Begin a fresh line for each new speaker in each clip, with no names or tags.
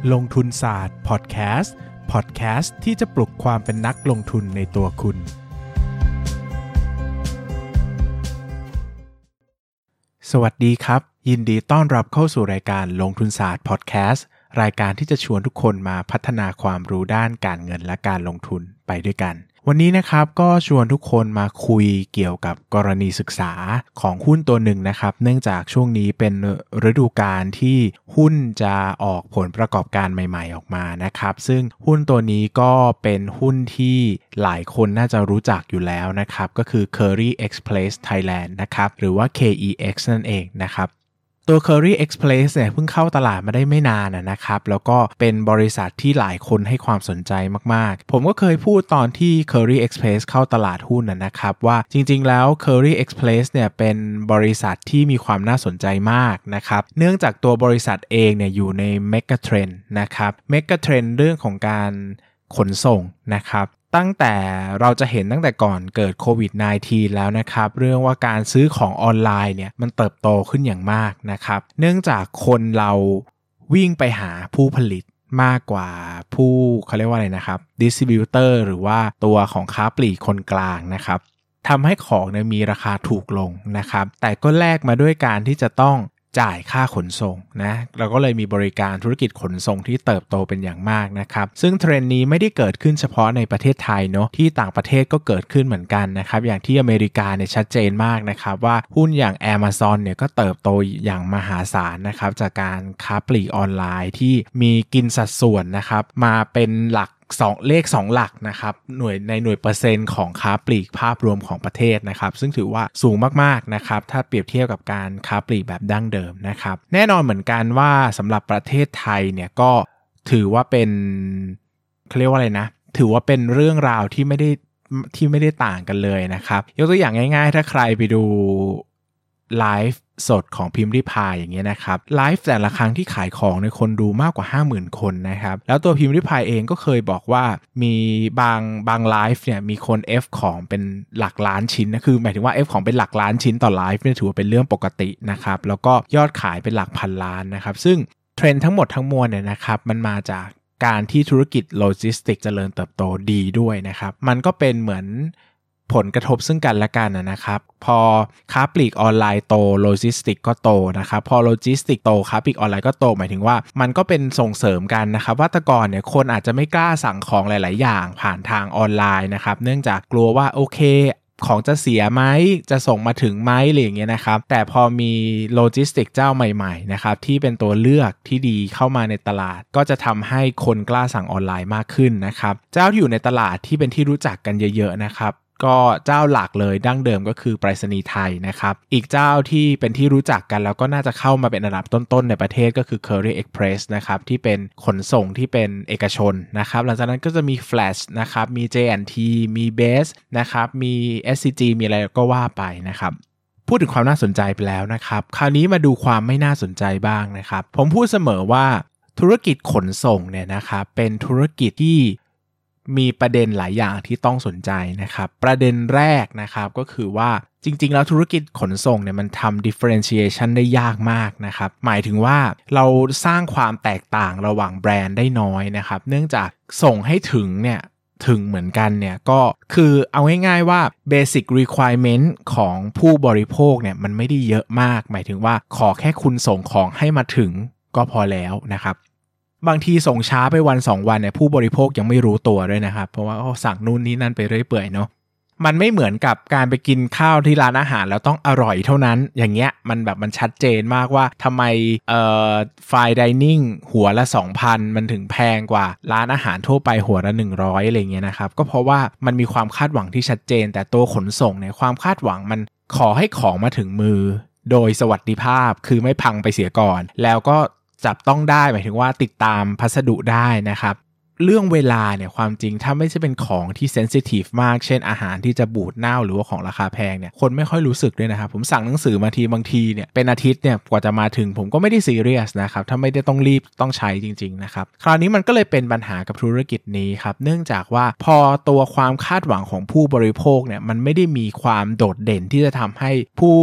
ลงทุนศาสตร์พอดแคสต์ที่จะปลุกความเป็นนักลงทุนในตัวคุณสวัสดีครับยินดีต้อนรับเข้าสู่รายการลงทุนศาสตร์พอดแคสต์รายการที่จะชวนทุกคนมาพัฒนาความรู้ด้านการเงินและการลงทุนไปด้วยกันวันนี้นะครับก็ชวนทุกคนมาคุยเกี่ยวกับกรณีศึกษาของหุ้นตัวหนึ่งนะครับเนื่องจากช่วงนี้เป็นฤดูกาลที่หุ้นจะออกผลประกอบการใหม่ๆออกมานะครับซึ่งหุ้นตัวนี้ก็เป็นหุ้นที่หลายคนน่าจะรู้จักอยู่แล้วนะครับก็คือ Curry Express Thailand นะครับหรือว่า KEX นั่นเองนะครับตัว Curry Express เนี่ยเพิ่งเข้าตลาดมาได้ไม่นานนะครับแล้วก็เป็นบริษัทที่หลายคนให้ความสนใจมากๆผมก็เคยพูดตอนที่ Curry Express เข้าตลาดหุ้นนะครับว่าจริงๆแล้ว Curry Express เนี่ยเป็นบริษัทที่มีความน่าสนใจมากนะครับเนื่องจากตัวบริษัทเองเนี่ยอยู่ใน Mega Trend นะครับ Mega Trend เรื่องของการขนส่งนะครับตั้งแต่เราจะเห็นตั้งแต่ก่อนเกิดโควิด -19 แล้วนะครับเรื่องว่าการซื้อของออนไลน์เนี่ยมันเติบโตขึ้นอย่างมากนะครับเนื่องจากคนเราวิ่งไปหาผู้ผลิตมากกว่าผู้เขาเรียกว่าอะไรนะครับดิสทริบิวเตอร์หรือว่าตัวของค้าปลีกคนกลางนะครับทำให้ของเนี่ยมีราคาถูกลงนะครับแต่ก็แลกมาด้วยการที่จะต้องจ่ายค่าขนส่งนะเราก็เลยมีบริการธุรกิจขนส่งที่เติบโตเป็นอย่างมากนะครับซึ่งเทรนด์นี้ไม่ได้เกิดขึ้นเฉพาะในประเทศไทยเนาะที่ต่างประเทศก็เกิดขึ้นเหมือนกันนะครับอย่างที่อเมริกาเนี่ยชัดเจนมากนะครับว่าหุ้นอย่าง Amazon เนี่ยก็เติบโตอย่างมหาศาลนะครับจากการค้าปลีกออนไลน์ที่มีกินสัดส่วนนะครับมาเป็นหลักเลข2หลักนะครับหน่วยเปอร์เซ็นต์ของค้าปลีกภาพรวมของประเทศนะครับซึ่งถือว่าสูงมากๆนะครับถ้าเปรียบเทียบกับการค้าปลีกแบบดั้งเดิมนะครับแน่นอนเหมือนกันว่าสำหรับประเทศไทยเนี่ยก็ถือว่าเป็นเขาเรียกว่าอะไรนะถือว่าเป็นเรื่องราวที่ไม่ได้ต่างกันเลยนะครับยกตัวอย่างง่ายๆถ้าใครไปดูไลฟ์สดของพิมพ์ริพายอย่างเงี้ยนะครับไลฟ์แต่ละครั้งที่ขายของในคนดูมากกว่า 50,000 คนนะครับแล้วตัวพิมพ์ริพายเองก็เคยบอกว่ามีบางไลฟ์เนี่ยมีคน F ของเป็นหลักล้านชิ้นนะคือหมายถึงว่า F ของเป็นหลักล้านชิ้นต่อไลฟ์เนี่ยถือว่าเป็นเรื่องปกตินะครับแล้วก็ยอดขายเป็นหลักพันล้านนะครับซึ่งเทรนด์ทั้งหมดทั้งมวลเนี่ยนะครับมันมาจากการที่ธุรกิจโลจิสติกส์เจริญเติบโตดีด้วยนะครับมันก็เป็นเหมือนผลกระทบซึ่งกันและกันนะครับพอค้าปลีกออนไลน์โตโลจิสติกก็โตนะครับพอโลจิสติกโตค้าปลีกออนไลน์ก็โตหมายถึงว่ามันก็เป็นส่งเสริมกันนะครับว่าแต่ก่อนเนี่ยคนอาจจะไม่กล้าสั่งของหลายๆอย่างผ่านทางออนไลน์นะครับเนื่องจากกลัวว่าโอเคของจะเสียไหมจะส่งมาถึงไหมอะไรอย่างเงี้ยนะครับแต่พอมีโลจิสติกเจ้าใหม่ๆนะครับที่เป็นตัวเลือกที่ดีเข้ามาในตลาดก็จะทำให้คนกล้าสั่งออนไลน์มากขึ้นนะครับเจ้าที่อยู่ในตลาดที่เป็นที่รู้จักกันเยอะๆนะครับก็เจ้าหลักเลยดั้งเดิมก็คือไปรษณีย์ไทยนะครับอีกเจ้าที่เป็นที่รู้จักกันแล้วก็น่าจะเข้ามาเป็นอันดับต้นๆในประเทศก็คือ Curry Express นะครับที่เป็นขนส่งที่เป็นเอกชนนะครับหลังจากนั้นก็จะมี Flash นะครับมี J&T มี Base นะครับมี SCG มีอะไรก็ว่าไปนะครับพูดถึงความน่าสนใจไปแล้วนะครับคราวนี้มาดูความไม่น่าสนใจบ้างนะครับผมพูดเสมอว่าธุรกิจขนส่งเนี่ยนะครับเป็นธุรกิจที่มีประเด็นหลายอย่างที่ต้องสนใจนะครับประเด็นแรกนะครับก็คือว่าจริงๆแล้วธุรกิจขนส่งเนี่ยมันทำ differentiation ได้ยากมากนะครับหมายถึงว่าเราสร้างความแตกต่างระหว่างแบรนด์ได้น้อยนะครับเนื่องจากส่งให้ถึงเหมือนกันเนี่ยก็คือเอาง่ายๆว่า basic requirement ของผู้บริโภคเนี่ยมันไม่ได้เยอะมากหมายถึงว่าขอแค่คุณส่งของให้มาถึงก็พอแล้วนะครับบางทีส่งช้าไปวัน2วันเนี่ยผู้บริโภคยังไม่รู้ตัวด้วยนะครับเพราะว่าเขาสั่งนู่นนี่นั่นไปเรื่อยเปื่อยเนาะมันไม่เหมือนกับการไปกินข้าวที่ร้านอาหารแล้วต้องอร่อยเท่านั้นอย่างเงี้ยมันชัดเจนมากว่าทำไมfine dining หัวละ 2,000 มันถึงแพงกว่าร้านอาหารทั่วไปหัวละ100อะไรเงี้ยนะครับก็เพราะว่ามันมีความคาดหวังที่ชัดเจนแต่ตัวขนส่งเนี่ยความคาดหวังมันขอให้ของมาถึงมือโดยสวัสดิภาพคือไม่พังไปเสียก่อนแล้วก็จับต้องได้หมายถึงว่าติดตามพัสดุได้นะครับเรื่องเวลาเนี่ยความจริงถ้าไม่ใช่เป็นของที่เซนซิทีฟมากเช่นอาหารที่จะบูดเน่าหรือว่าของราคาแพงเนี่ยคนไม่ค่อยรู้สึกด้วยนะครับผมสั่งหนังสือมาทีบางทีเนี่ยเป็นอาทิตย์เนี่ยกว่าจะมาถึงผมก็ไม่ได้ซีเรียสนะครับถ้าไม่ได้ต้องรีบต้องใช้จริงๆนะครับคราวนี้มันก็เลยเป็นปัญหากับธุรกิจนี้ครับเนื่องจากว่าพอตัวความคาดหวังของผู้บริโภคเนี่ยมันไม่ได้มีความโดดเด่นที่จะทำให้ผู้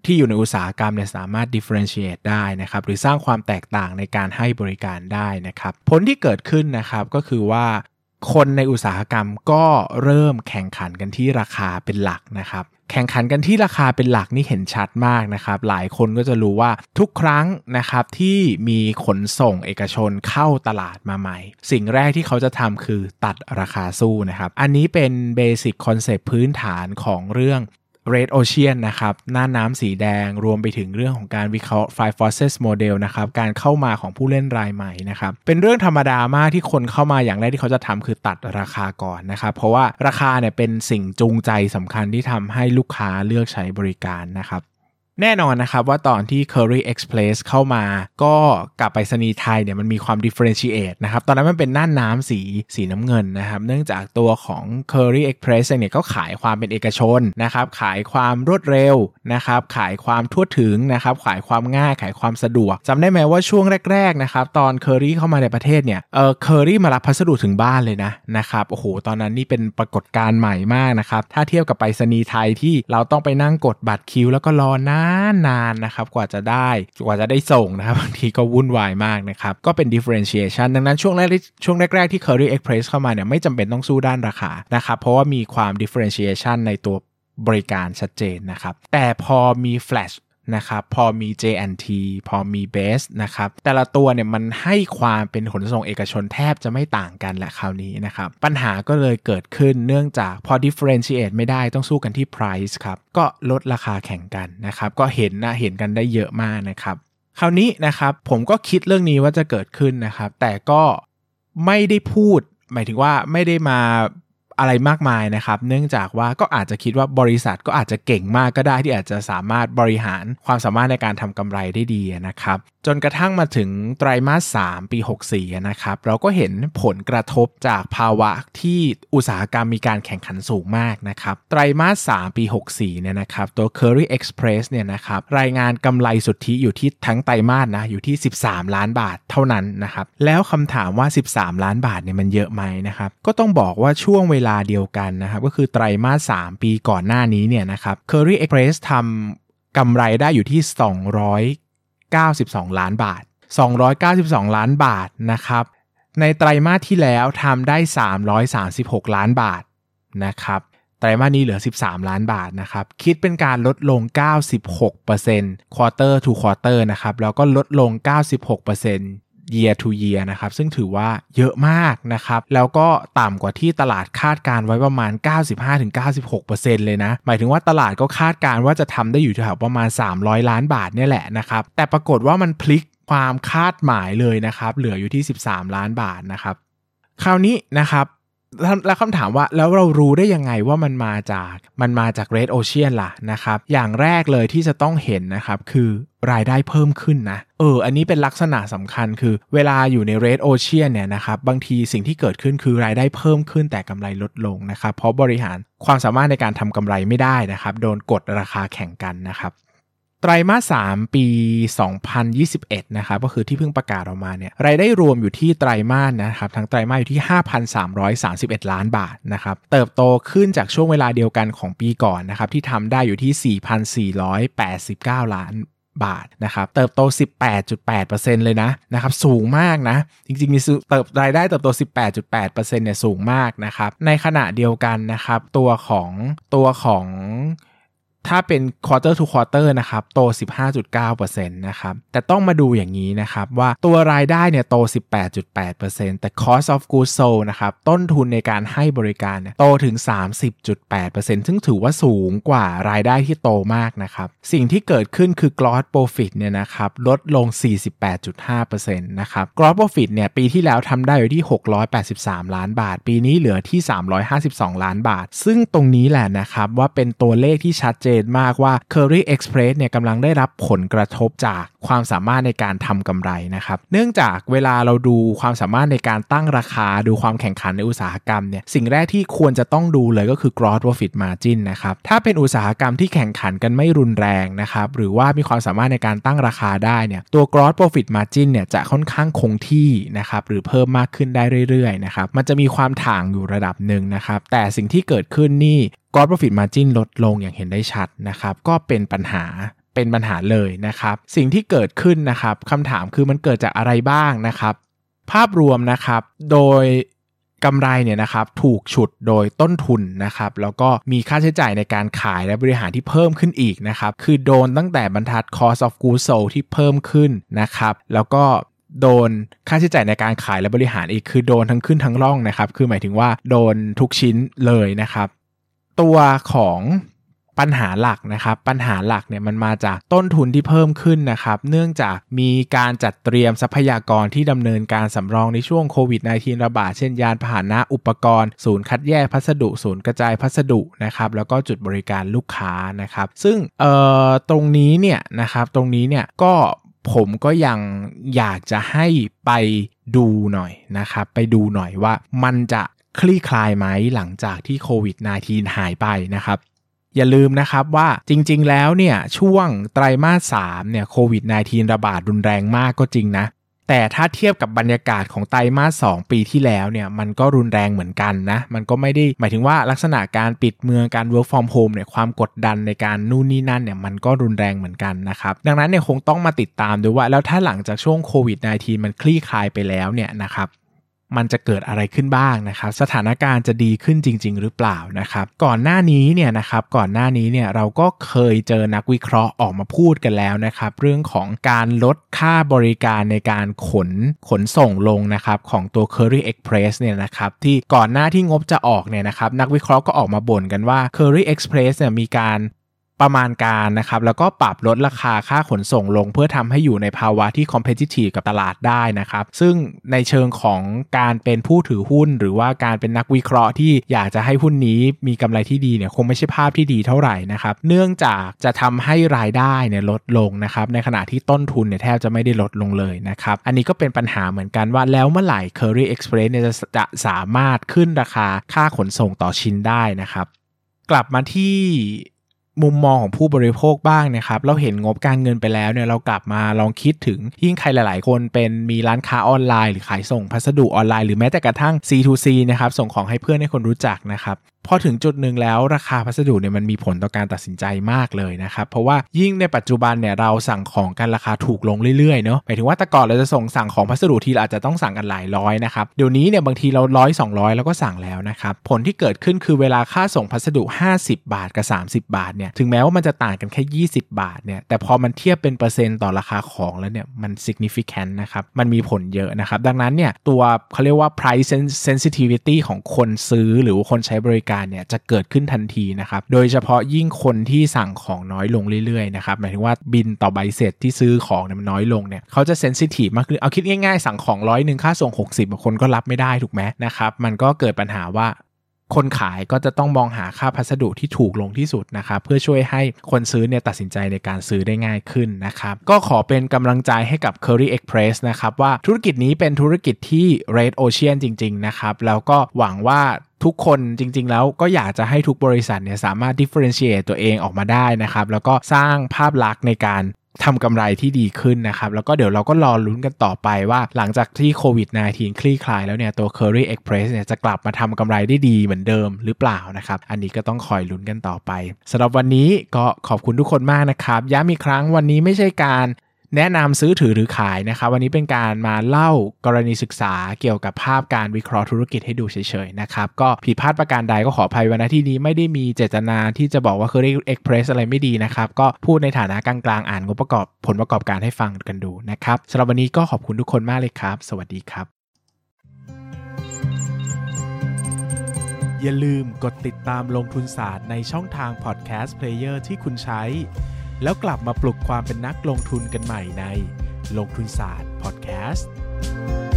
ที่อยู่ในอุตสาหกรรมเนี่ยสามารถ differentiate ได้นะครับหรือสร้างความแตกต่างในการให้บริการได้นะครับผลที่เกิดขึ้นนะครับก็คือว่าคนในอุตสาหกรรมก็เริ่มแข่งขันกันที่ราคาเป็นหลักนะครับแข่งขันกันที่ราคาเป็นหลักนี่เห็นชัดมากนะครับหลายคนก็จะรู้ว่าทุกครั้งนะครับที่มีขนส่งเอกชนเข้าตลาดมาใหม่สิ่งแรกที่เขาจะทำคือตัดราคาสู้นะครับอันนี้เป็นเบสิกคอนเซปต์พื้นฐานของเรื่องRed Ocean นะครับหน้าน้ำสีแดงรวมไปถึงเรื่องของการวิเคราะห์ Five Forces Model นะครับการเข้ามาของผู้เล่นรายใหม่นะครับเป็นเรื่องธรรมดามากที่คนเข้ามาอย่างแรกที่เขาจะทำคือตัดราคาก่อนนะครับเพราะว่าราคาเนี่ยเป็นสิ่งจูงใจสำคัญที่ทำให้ลูกค้าเลือกใช้บริการนะครับแน่นอนนะครับว่าตอนที่ Curry Express เข้ามาก็กับไปรษณีย์ไทยเนี่ยมันมีความ differentiate นะครับตอนนั้นมันเป็นน่านน้ำสีน้ำเงินนะครับเนื่องจากตัวของ Curry Express เนี่ยก็ขายความเป็นเอกชนนะครับขายความรวดเร็วนะครับขายความทั่วถึงนะครับขายความง่ายขายความสะดวกจำได้ไหมว่าช่วงแรกๆนะครับตอน Curry เข้ามาในประเทศเนี่ยCurry มารับพัสดุถึงบ้านเลยนะครับโอ้โหตอนนั้นนี่เป็นปรากฏการณ์ใหม่มากนะครับถ้าเทียบกับไปรษณีย์ไทยที่เราต้องไปนั่งกดบัตรคิวแล้วก็รอนานนะครับกว่าจะได้ส่งนะครับบางทีก็วุ่นวายมากนะครับก็เป็น differentiation ดังนั้นช่วงแรกที่ Curry Express เข้ามาเนี่ยไม่จำเป็นต้องสู้ด้านราคานะครับเพราะว่ามีความ differentiation ในตัวบริการชัดเจนนะครับแต่พอมี Flash นะครับพอมี J&T พอมี Base นะครับแต่ละตัวเนี่ยมันให้ความเป็นขนส่งเอกชนแทบจะไม่ต่างกันแหละคราวนี้นะครับปัญหาก็เลยเกิดขึ้นเนื่องจากพอ differentiate ไม่ได้ต้องสู้กันที่ price ครับก็ลดราคาแข่งกันนะครับก็เห็นกันได้เยอะมากนะครับคราวนี้นะครับผมก็คิดเรื่องนี้ว่าจะเกิดขึ้นนะครับแต่ก็ไม่ได้พูดหมายถึงว่าไม่ได้มาอะไรมากมายนะครับเนื่องจากว่าก็อาจจะคิดว่าบริษัทก็อาจจะเก่งมากก็ได้ที่อาจจะสามารถบริหารความสามารถในการทำกำไรได้ดีนะครับจนกระทั่งมาถึงไตรมาส3ปี64นะครับเราก็เห็นผลกระทบจากภาวะที่อุตสาหกรรมมีการแข่งขันสูงมากนะครับไตรมาส3ปี64เนี่ยนะครับตัว Curry Express เนี่ยนะครับรายงานกำไรสุทธิอยู่ที่ทั้งไตรมาสอยู่ที่13ล้านบาทเท่านั้นนะครับแล้วคำถามว่า13ล้านบาทเนี่ยมันเยอะไหมนะครับก็ต้องบอกว่าช่วงเวลาเดียวกันนะครับก็คือไตรมาส3ปีก่อนหน้านี้เนี่ยนะครับ Curry Express ทำกำไรได้อยู่ที่292ล้านบาท292ล้านบาทนะครับในไตรมาสที่แล้วทำได้336ล้านบาทนะครับไตรมาสนี้เหลือ13ล้านบาทนะครับคิดเป็นการลดลง 96% quarter to quarter นะครับแล้วก็ลดลง 96% year to year นะครับซึ่งถือว่าเยอะมากนะครับแล้วก็ต่ำกว่าที่ตลาดคาดการไว้ประมาณ 95-96% เลยนะหมายถึงว่าตลาดก็คาดการว่าจะทำได้อยู่แถวประมาณ300ล้านบาทเนี่ยแหละนะครับแต่ปรากฏว่ามันพลิกความคาดหมายเลยนะครับเหลืออยู่ที่13ล้านบาทนะครับคราวนี้นะครับแล้วคำถามว่าแล้วเรารู้ได้ยังไงว่ามันมาจาก Red Ocean ล่ะนะครับอย่างแรกเลยที่จะต้องเห็นนะครับคือรายได้เพิ่มขึ้นนะอันนี้เป็นลักษณะสำคัญคือเวลาอยู่ใน Red Ocean เนี่ยนะครับบางทีสิ่งที่เกิดขึ้นคือรายได้เพิ่มขึ้นแต่กำไรลดลงนะครับเพราะบริหารความสามารถในการทำกำไรไม่ได้นะครับโดนกดราคาแข่งกันนะครับไตรมาส3ปี2021นะครับก็คือที่เพิ่งประกาศออกมาเนี่ยรายได้รวมอยู่ที่ไตรมาสนะครับทั้งไตรมาสอยู่ที่ 5,331 ล้านบาทนะครับเติบโตขึ้นจากช่วงเวลาเดียวกันของปีก่อนนะครับที่ทำได้อยู่ที่ 4,489 ล้านบาทนะครับเติบโต 18.8% เลยนะครับสูงมากนะจริงๆมีรายได้เติบโต 18.8% เนี่ยสูงมากนะครับในขณะเดียวกันนะครับตัวของถ้าเป็น quarter to quarter นะครับโต 15.9% นะครับแต่ต้องมาดูอย่างนี้นะครับว่าตัวรายได้เนี่ยโต 18.8% แต่ cost of goods sold นะครับต้นทุนในการให้บริการเนี่ยโตถึง 30.8% ซึ่งถือว่าสูงกว่ารายได้ที่โตมากนะครับสิ่งที่เกิดขึ้นคือ gross profit เนี่ยนะครับลดลง 48.5% นะครับ gross profit เนี่ยปีที่แล้วทำได้อยู่ที่683ล้านบาทปีนี้เหลือที่352ล้านบาทซึ่งตรงนี้แหละนะครับว่าเป็นตัวเลขที่ชัดเจนมากว่า Curry Express เนี่ยกำลังได้รับผลกระทบจากความสามารถในการทำกำไรนะครับเนื่องจากเวลาเราดูความสามารถในการตั้งราคาดูความแข่งขันในอุตสาหกรรมเนี่ยสิ่งแรกที่ควรจะต้องดูเลยก็คือ gross profit margin นะครับถ้าเป็นอุตสาหกรรมที่แข่งขันกันไม่รุนแรงนะครับหรือว่ามีความสามารถในการตั้งราคาได้เนี่ยตัว gross profit margin เนี่ยจะค่อนข้างคงที่นะครับหรือเพิ่มมากขึ้นได้เรื่อยๆนะครับมันจะมีความถ่างอยู่ระดับหนึ่งนะครับแต่สิ่งที่เกิดขึ้นนี่gross profit margin ลดลงอย่างเห็นได้ชัดนะครับก็เป็นปัญหาเป็นปัญหาเลยนะครับสิ่งที่เกิดขึ้นนะครับคำถามคือมันเกิดจากอะไรบ้างนะครับภาพรวมนะครับโดยกำไรเนี่ยนะครับถูกฉุดโดยต้นทุนนะครับแล้วก็มีค่าใช้จ่ายในการขายและบริหารที่เพิ่มขึ้นอีกนะครับคือโดนตั้งแต่บรรทัด cost of goods sold ที่เพิ่มขึ้นนะครับแล้วก็โดนค่าใช้จ่ายในการขายและบริหารอีกคือโดนทั้งขึ้นทั้งล่องนะครับคือหมายถึงว่าโดนทุกชิ้นเลยนะครับตัวของปัญหาหลักนะครับปัญหาหลักเนี่ยมันมาจากต้นทุนที่เพิ่มขึ้นนะครับเนื่องจากมีการจัดเตรียมทรัพยากรที่ดำเนินการสำรองในช่วงโควิด -19 ระบาดเช่นยานพาหนะอุปกรณ์ศูนย์คัดแยกพัสดุศูนย์กระจายพัสดุนะครับแล้วก็จุดบริการลูกค้านะครับซึ่งตรงนี้เนี่ยนะครับตรงนี้เนี่ยก็ผมก็ยังอยากจะให้ไปดูหน่อยนะครับไปดูหน่อยว่ามันจะคลี่คลายไหมหลังจากที่โควิด -19 หายไปนะครับอย่าลืมนะครับว่าจริงๆแล้วเนี่ยช่วงไตรมาส 3เนี่ยโควิด -19 ระบาดรุนแรงมากก็จริงนะแต่ถ้าเทียบกับบรรยากาศของไตรมาส 2ปีที่แล้วเนี่ยมันก็รุนแรงเหมือนกันนะมันก็ไม่ได้หมายถึงว่าลักษณะการปิดเมืองการ work from home เนี่ยความกดดันในการนู่นนี่นั่นเนี่ยมันก็รุนแรงเหมือนกันนะครับดังนั้นเนี่ยคงต้องมาติดตามดูว่าแล้วถ้าหลังจากช่วงโควิด -19 มันคลี่คลายไปแล้วเนี่ยนะครับมันจะเกิดอะไรขึ้นบ้างนะครับสถานการณ์จะดีขึ้นจริงๆหรือเปล่านะครับก่อนหน้านี้เนี่ยเราก็เคยเจอนักวิเคราะห์ออกมาพูดกันแล้วนะครับเรื่องของการลดค่าบริการในการขนส่งลงนะครับของตัว Curry Express เนี่ยนะครับที่ก่อนหน้าที่งบจะออกเนี่ยนะครับนักวิเคราะห์ก็ออกมาบ่นกันว่า Curry Express เนี่ยมีการประมาณการนะครับแล้วก็ปรับลดราคาค่าขนส่งลงเพื่อทำให้อยู่ในภาวะที่ competitive กับตลาดได้นะครับซึ่งในเชิงของการเป็นผู้ถือหุ้นหรือว่าการเป็นนักวิเคราะห์ที่อยากจะให้หุ้นนี้มีกำไรที่ดีเนี่ยคงไม่ใช่ภาพที่ดีเท่าไหร่นะครับเนื่องจากจะทำให้รายได้เนี่ยลดลงนะครับในขณะที่ต้นทุนเนี่ยแทบจะไม่ได้ลดลงเลยนะครับอันนี้ก็เป็นปัญหาเหมือนกันว่าแล้วเมื่อไหร่ Curry Express เนี่ยจะสามารถขึ้นราคาค่าขนส่งต่อชิ้นได้นะครับกลับมาที่มุมมองของผู้บริโภคบ้างนะครับเราเห็นงบการเงินไปแล้วเนี่ยเรากลับมาลองคิดถึงยิ่งใครหลายๆคนเป็นมีร้านค้าออนไลน์หรือขายส่งพัสดุออนไลน์หรือแม้แต่กระทั่ง C2C นะครับส่งของให้เพื่อนให้คนรู้จักนะครับพอถึงจุดหนึ่งแล้วราคาพัสดุเนี่ยมันมีผลต่อการตัดสินใจมากเลยนะครับเพราะว่ายิ่งในปัจจุบันเนี่ยเราสั่งของกันราคาถูกลงเรื่อยๆเนาะหมายถึงว่าแต่ก่อนเราจะสั่งของพัสดุทีเราอาจจะต้องสั่งกันหลายร้อยนะครับเดี๋ยวนี้เนี่ยบางทีเรา100-200แล้วก็สั่งแล้วนะครับผลที่เกิดขึ้นคือเวลาค่าส่งพัสดุ50 บาทกับ30 บาทเนี่ยถึงแม้ว่ามันจะต่างกันแค่20 บาทเนี่ยแต่พอมันเทียบเป็นเปอร์เซ็นต์ต่อราคาของแล้วเนี่ยมัน significant นะครับมันมีผลเยอะนะครับดังนั้นเนี่ยตัวเขาเรียกว่า price sensitivity ของคนซื้อหรือว่าคนใช้บริการเนี่ยจะเกิดขึ้นทันทีนะครับโดยเฉพาะยิ่งคนที่สั่งของน้อยลงเรื่อยๆนะครับหมายถึงว่าบินต่อใบเสร็จที่ซื้อของเนี่ยมันน้อยลงเนี่ยเขาจะเซนซิทีฟมากขึ้นเอาคิดง่ายๆสั่งของ100ค่าส่ง60คนก็รับไม่ได้ถูกไหมนะครับมันก็เกิดปัญหาว่าคนขายก็จะต้องมองหาค่าพัสดุที่ถูกลงที่สุดนะครับเพื่อช่วยให้คนซื้อเนี่ยตัดสินใจในการซื้อได้ง่ายขึ้นนะครับก็ขอเป็นกำลังใจให้กับ Curry Express นะครับว่าธุรกิจนี้เป็นธุรกิจที่ Red Ocean จริงๆนะครับแล้วก็หวังว่าทุกคนจริงๆแล้วก็อยากจะให้ทุกบริษัทเนี่ยสามารถ differentiate ตัวเองออกมาได้นะครับแล้วก็สร้างภาพลักษณ์ในการทำกำไรที่ดีขึ้นนะครับแล้วก็เดี๋ยวเราก็รอลุ้นกันต่อไปว่าหลังจากที่โควิด -19 คลี่คลายแล้วเนี่ยตัว Curry Express เนี่ยจะกลับมาทำกำไรได้ดีเหมือนเดิมหรือเปล่านะครับอันนี้ก็ต้องคอยลุ้นกันต่อไปสำหรับวันนี้ก็ขอบคุณทุกคนมากนะครับย้ำอีกครั้งวันนี้ไม่ใช่การแนะนำซื้อถือหรือขายนะครับวันนี้เป็นการมาเล่ากรณีศึกษาเกี่ยวกับภาพการวิเคราะห์ธุรกิจให้ดูเฉยๆนะครับก็ผิดพลาดประการใดก็ขออภัยวันที่นี้ไม่ได้มีเจตนาที่จะบอกว่า Curry Express อะไรไม่ดีนะครับก็พูดในฐานะกลางๆอ่านงบประกอบผลประกอบการให้ฟังกันดูนะครับสำหรับวันนี้ก็ขอบคุณทุกคนมากเลยครับสวัสดีครับอย่าลืมกดติดตามลงทุนศาสตร์ในช่องทาง Podcast Player ที่คุณใช้แล้วกลับมาปลุกความเป็นนักลงทุนกันใหม่ในลงทุนศาสตร์พอดแคสต์